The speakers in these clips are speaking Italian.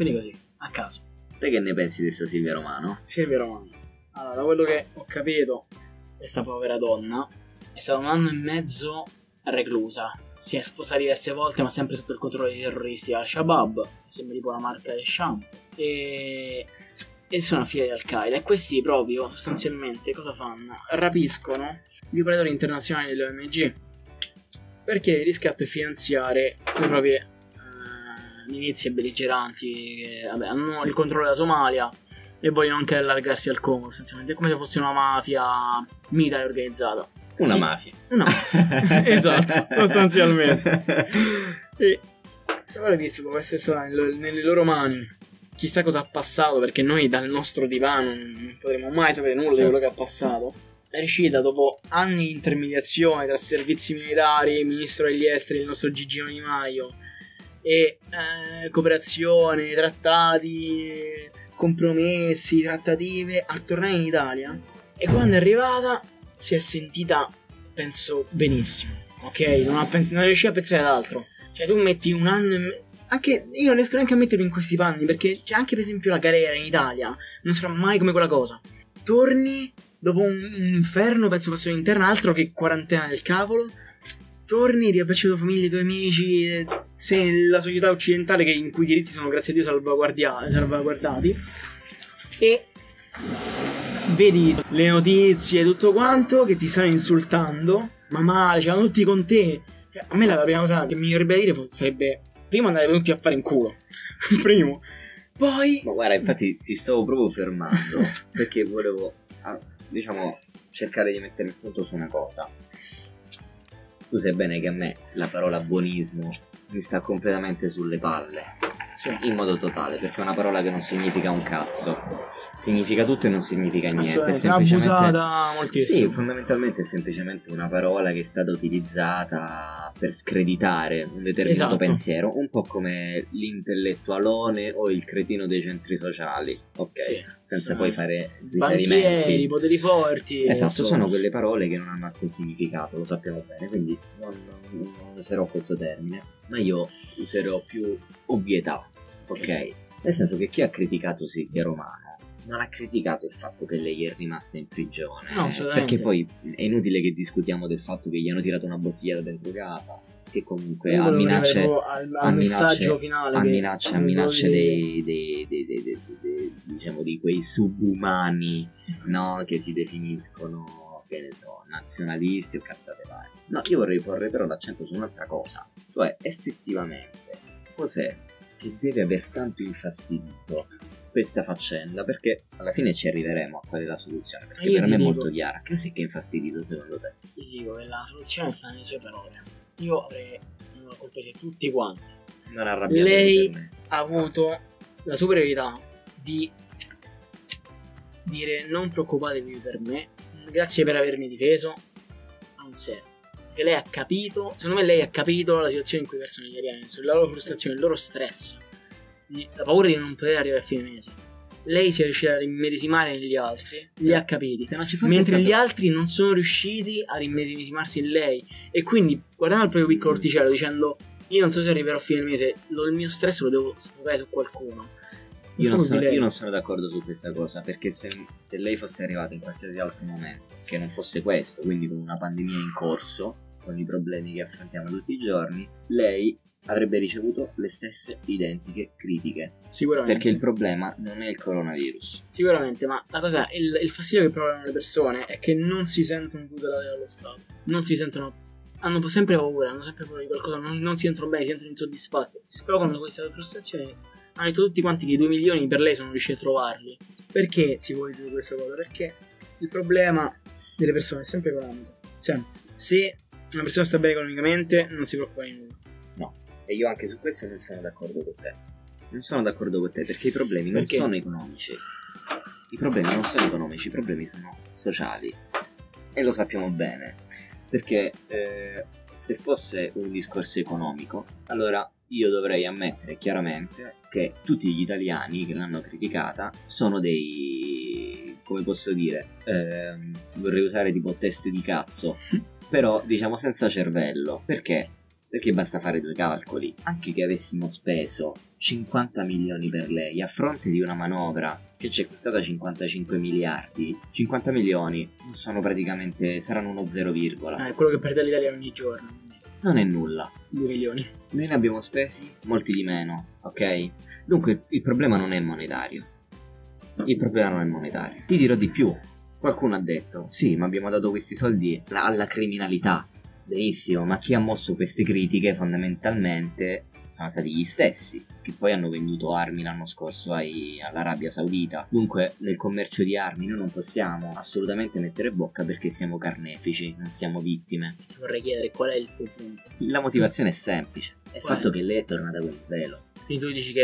Quindi così, a caso. Te che ne pensi di questa Silvia Romano? Silvia Romano. Allora, da quello che ho capito, questa povera donna è stata 1 anno e mezzo reclusa. Si è sposata diverse volte, ma sempre sotto il controllo dei terroristi Al-Shabaab, che sembra tipo la marca del shampoo. E sono figlie di Al-Qaeda. E questi proprio, sostanzialmente, cosa fanno? Rapiscono gli operatori internazionali delle ONG per chiedere riscatto e finanziare le proprie milizie belligeranti che hanno il controllo della Somalia e vogliono anche allargarsi al Congo, sostanzialmente. È come se fosse una mafia militare organizzata. Una mafia. Esatto, sostanzialmente. E questa cosa visto può essere stata nelle loro mani. Chissà cosa ha passato, perché noi dal nostro divano non potremo mai sapere nulla di quello che ha passato. È riuscita, dopo anni di intermediazione tra servizi militari, ministro degli esteri, il nostro Gigino Di Maio, e cooperazione, trattati, compromessi, trattative, a tornare in Italia. E quando è arrivata si è sentita, penso, benissimo. Ok? Non riusciva a pensare ad altro. Cioè tu metti 1 anno e anche io non riesco neanche a mettermi in questi panni, perché c'è anche per esempio la galera in Italia non sarà mai come quella cosa. Torni dopo un inferno, penso passato interna, altro che quarantena del cavolo. Torni, riabbracci la tua famiglia, i tuoi amici, sei nella società occidentale in cui i diritti sono, grazie a Dio, salvaguardati. E vedi le notizie, tutto quanto, che ti stanno insultando, ma male, c'erano tutti con te. A me la prima cosa che mi verrebbe a dire sarebbe: prima andare tutti a fare in culo. Primo. Poi... Ma guarda, infatti ti stavo proprio fermando perché volevo, diciamo, cercare di mettere il punto su una cosa. Tu sai bene che a me la parola buonismo mi sta completamente sulle palle. Sì. In modo totale, perché è una parola che non significa un cazzo. Significa tutto e non significa niente. È abusata moltissimo. Sì, fondamentalmente è semplicemente una parola che è stata utilizzata per screditare un determinato pensiero, un po' come l'intellettualone o il cretino dei centri sociali, ok? Sì, senza poi fare banchieri, poteri forti. Esatto, sono quelle parole che non hanno alcun significato, lo sappiamo bene, quindi non userò questo termine, ma io userò più ovvietà, ok? Nel senso che chi ha criticato Silvia Romano non ha criticato il fatto che lei è rimasta in prigione, no, perché poi è inutile che discutiamo del fatto che gli hanno tirato una bottiglia da dentro casa, che comunque ha minacce al messaggio finale, a minacce diciamo di quei subumani, no, che si definiscono, che ne so, nazionalisti o cazzate varie. No, io vorrei porre però l'accento su un'altra cosa, cioè effettivamente cos'è che deve aver tanto infastidito questa faccenda, perché alla fine ci arriveremo a qual è la soluzione, perché per me è molto chiara. Che sì che è infastidito secondo te? Ti dico che la soluzione sta nelle sue parole. Io avrei colpito tutti quanti. Non arrabbiato. Lei ha avuto la superiorità di dire: non preoccupatevi per me, grazie per avermi difeso, non serve. Perché lei ha capito, secondo me lei ha capito la situazione in cui versano gli italiani, la loro frustrazione, il loro stress, la paura di non poter arrivare a fine mese. Lei si è riuscita a rimmedesimare negli altri, li ha capiti, mentre gli altri non sono riusciti a rimmedesimarsi in lei. E quindi, guardando il proprio piccolo orticello, dicendo: io non so se arriverò a fine mese, il mio stress lo devo sfogare su qualcuno. Io non sono d'accordo su questa cosa, perché se lei fosse arrivata in qualsiasi altro momento, che non fosse questo, quindi con una pandemia in corso, con i problemi che affrontiamo tutti i giorni, lei avrebbe ricevuto le stesse identiche critiche. Sicuramente. Perché il problema non è il coronavirus. Sicuramente, ma la cosa, il fastidio che provano le persone è che non si sentono tutelate dallo Stato. Non si sentono, hanno sempre paura di qualcosa, non si sentono bene, si sentono insoddisfatti. Si provano questa frustrazione. Hanno detto tutti quanti che i 2 milioni per lei sono riusciti a trovarli. Perché si può dire questa cosa? Perché il problema delle persone è sempre economico. Sempre. Se una persona sta bene economicamente, non si preoccupa di nulla. No. E io anche su questo non sono d'accordo con te. Non sono d'accordo con te perché i problemi non sono economici. I problemi non sono economici, i problemi sono sociali. E lo sappiamo bene. Perché se fosse un discorso economico, allora io dovrei ammettere chiaramente che tutti gli italiani che l'hanno criticata sono dei, come posso dire, vorrei usare tipo teste di cazzo, però diciamo senza cervello. Perché? Perché basta fare due calcoli. Anche che avessimo speso 50 milioni per lei a fronte di una manovra che ci è costata 55 miliardi, 50 milioni sono praticamente, saranno uno 0, è quello che perde l'Italia ogni giorno. non è nulla. 2 milioni. Noi ne abbiamo spesi molti di meno, ok? Dunque il problema non è monetario. Il problema non è monetario. Ti dirò di più. Qualcuno ha detto, sì, ma abbiamo dato questi soldi alla criminalità. Benissimo, ma chi ha mosso queste critiche fondamentalmente sono stati gli stessi, che poi hanno venduto armi l'anno scorso all'Arabia Saudita. Dunque nel commercio di armi noi non possiamo assolutamente mettere bocca perché siamo carnefici, non siamo vittime. Ti vorrei chiedere qual è il tuo punto. La motivazione è semplice, è il fatto che lei è tornata con il velo. Quindi tu dici che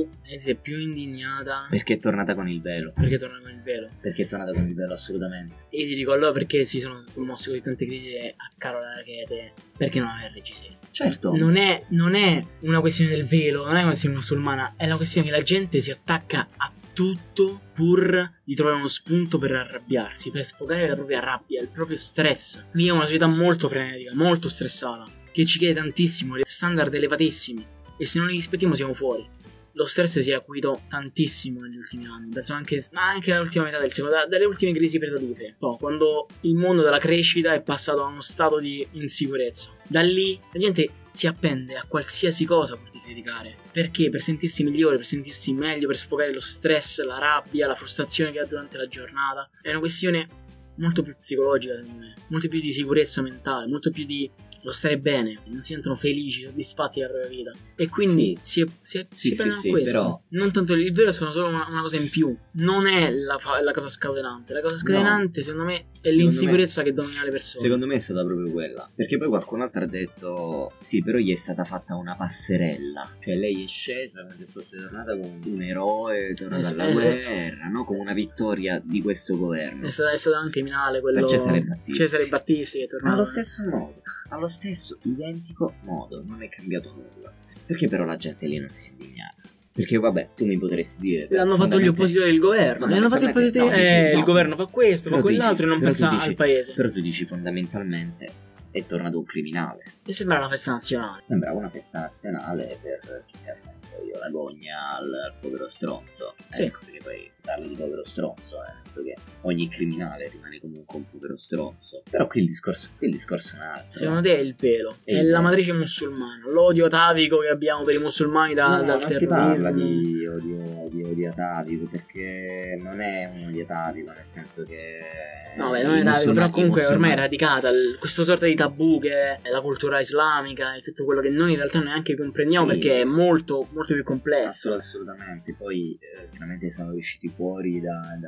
è più indignata Perché è tornata con il velo? perché torna con il velo. Perché è tornata con il velo, assolutamente. E io ti dico allora perché si sono mosse così tante critiche a Carola Rackete, perché non aveva il reggiseno. Certo. Non è una questione del velo, non è una questione musulmana, è una questione che la gente si attacca a tutto pur di trovare uno spunto per arrabbiarsi, per sfogare la propria rabbia, il proprio stress. Viviamo una società molto frenetica, molto stressata, che ci chiede tantissimo, standard elevatissimi, e se non li rispettiamo siamo fuori. Lo stress si è acuito tantissimo negli ultimi anni, penso anche nell'ultima metà del secolo, dalle ultime crisi petrolifere, quando il mondo della crescita è passato a uno stato di insicurezza. Da lì la gente si appende a qualsiasi cosa pur di criticare. Perché? Per sentirsi migliore, per sentirsi meglio, per sfogare lo stress, la rabbia, la frustrazione che ha durante la giornata. È una questione molto più psicologica, secondo me, molto più di sicurezza mentale, molto più di lo stare bene, non si sentono felici, soddisfatti della propria vita, e quindi si prendono questo. Però non tanto il vero, sono solo una cosa in più, non è la cosa scatenante. La cosa scatenante, secondo me, è l'insicurezza che domina le persone. Secondo me è stata proprio quella, perché poi qualcun altro ha detto sì, però gli è stata fatta una passerella, cioè lei è scesa come se fosse tornata come un eroe, tornata dalla guerra, no? Come una vittoria di questo governo. È stato anche Minale quello per Cesare Battisti che è tornato allo stesso modo, allo stesso identico modo, non è cambiato nulla. Perché però la gente lì non si è indignata? Perché vabbè, tu mi potresti dire, l'hanno fatto gli oppositori del governo, l'hanno fatto gli oppositori, il governo fa questo, fa quell'altro, e non pensa al paese. Però tu dici fondamentalmente è tornato un criminale. E sembrava una festa nazionale. Sembrava una festa nazionale per, che cazzo ne so io, la gogna al povero stronzo. Sì. Ecco, perché poi si parla di povero stronzo, penso che ogni criminale rimane comunque un povero stronzo. Però qui il discorso è un altro. Secondo te è il velo, è la matrice musulmana, l'odio atavico che abbiamo per i musulmani dal terrorismo. Si parla di odio atavico, perché non è un odio atavico, nel senso che non è atavico, però comunque ormai è radicata questa sorta di tabù che è la cultura islamica e tutto quello che noi in realtà neanche comprendiamo, perché è molto molto più complesso. Assolutamente. Poi chiaramente sono usciti fuori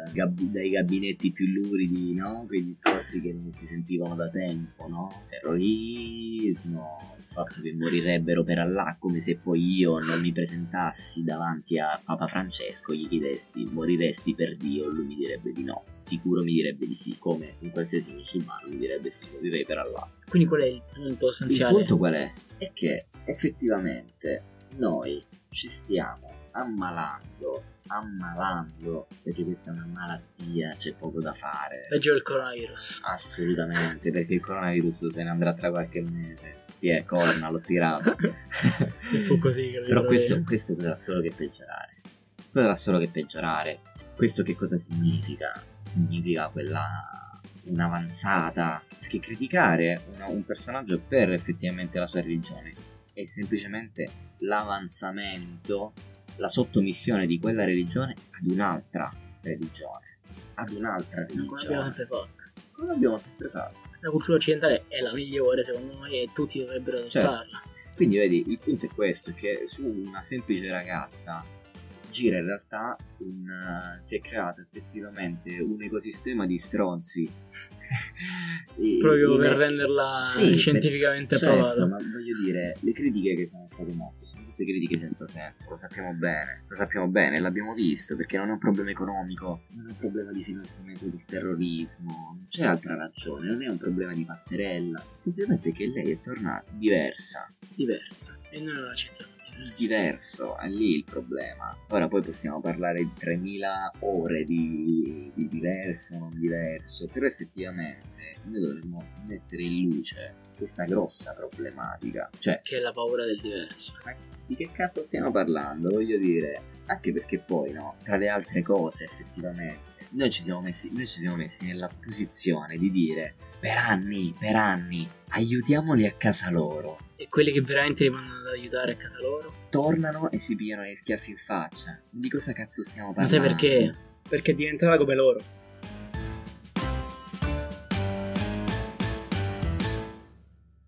dai gabinetti più luridi, no? Quei discorsi che non si sentivano da tempo, no? Terrorismo, il fatto che morirebbero per Allah, come se poi io non mi presentassi davanti a Papa Francesco, gli chiedessi moriresti per Dio, lui mi direbbe di no, sicuro mi direbbe di sì, come in qualsiasi musulmano mi direbbe sì, morirei per Allah. Quindi qual è il punto sostanziale? Il punto qual è? È che effettivamente noi ci stiamo ammalando, perché questa è una malattia, c'è poco da fare. Peggio del coronavirus. Assolutamente, perché il coronavirus se ne andrà tra qualche mese. Corna, l'ho tirato. E fu così, però questo potrà solo che peggiorare. Questo che cosa significa? Significa un'avanzata, perché criticare un personaggio per effettivamente la sua religione è semplicemente l'avanzamento, la sottomissione di quella religione ad un'altra religione. Come abbiamo sempre fatto. La cultura occidentale è la migliore secondo noi e tutti dovrebbero adottarla. Certo. Quindi vedi, il punto è questo, che su una semplice ragazza gira in realtà si è creato effettivamente un ecosistema di stronzi proprio per renderla scientificamente approvata. Ma voglio dire, le critiche che sono state mosse sono tutte critiche senza senso, lo sappiamo bene, l'abbiamo visto, perché non è un problema economico, non è un problema di finanziamento del terrorismo, non c'è altra ragione, non è un problema di passerella, semplicemente che lei è tornata diversa e noi non accettiamo. diverso, è lì il problema. Ora poi possiamo parlare di 3000 ore di diverso, non diverso, però effettivamente noi dovremmo mettere in luce questa grossa problematica, cioè che è la paura del diverso. ma di che cazzo stiamo parlando? Voglio dire, anche perché poi no, tra le altre cose effettivamente noi ci siamo messi nella posizione di dire per anni aiutiamoli a casa loro. E quelli che veramente li vanno ad aiutare a casa loro Tornano e si pigliano gli schiaffi in faccia. Di cosa cazzo stiamo ma sai parlando? perché? Perché è diventata come loro.